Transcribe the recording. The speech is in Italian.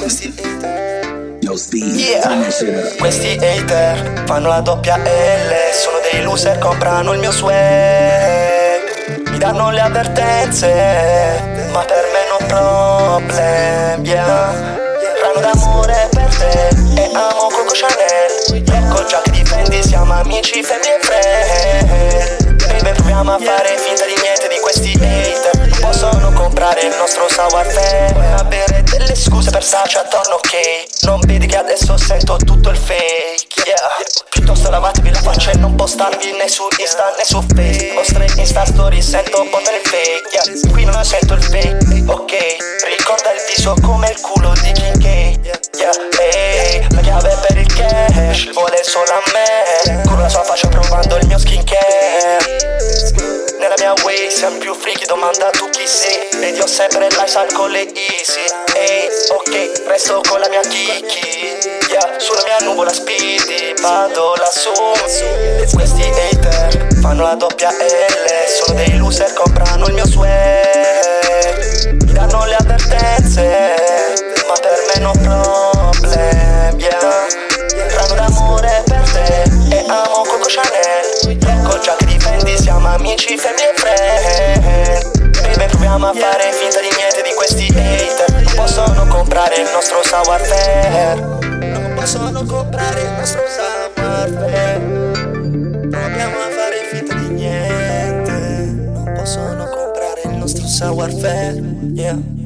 Yo, Steve, Yeah. turn that shit up. Questi hater fanno la doppia L, sono dei loser, comprano il mio swag, mi danno le avvertenze, ma per me no problem, yeah. Rano d'amore per te e amo Coco Chanel, ecco già che difendi, siamo amici, family e friend. Baby, proviamo a fare finta di niente di questi hater, non possono comprare il nostro sour fair. Vuoi avere delle scuse per starci attorno, ok? Non vedi che adesso sento tutto il fake, yeah. Piuttosto lavatevi la faccia e non postarvi né su Insta né su Face. Vostre Insta story sento un po' nel fake, yeah. Qui non sento il fake, ok? Ricorda il viso come il culo di King K, yeah. Ehi, la chiave per il cash, il vuole solo a me. Con la sua faccia provando il mio skincare. Nella mia way siamo più friki, domanda tu chi sei. Vedi ho sempre lifestyle con le easy. Ehi, ok, resto con la mia kiki, yeah. Sulla mia nuvola speedy, vado lassù. Questi hater fanno la doppia L, sono dei loser, comprano il mio swag, mi danno le avvertenze, ma per me no problem, yeah. Rano d'amore per te e amo Coco Chanel, ecco già che difendi, siamo amici, family e friend. Baby, proviamo a fare finta di niente di questi hater, non possono comprare il nostro sour fair, non possono comprare il nostro sour fair. Proviamo a fare finta di niente, non possono comprare il nostro sour fair, yeah.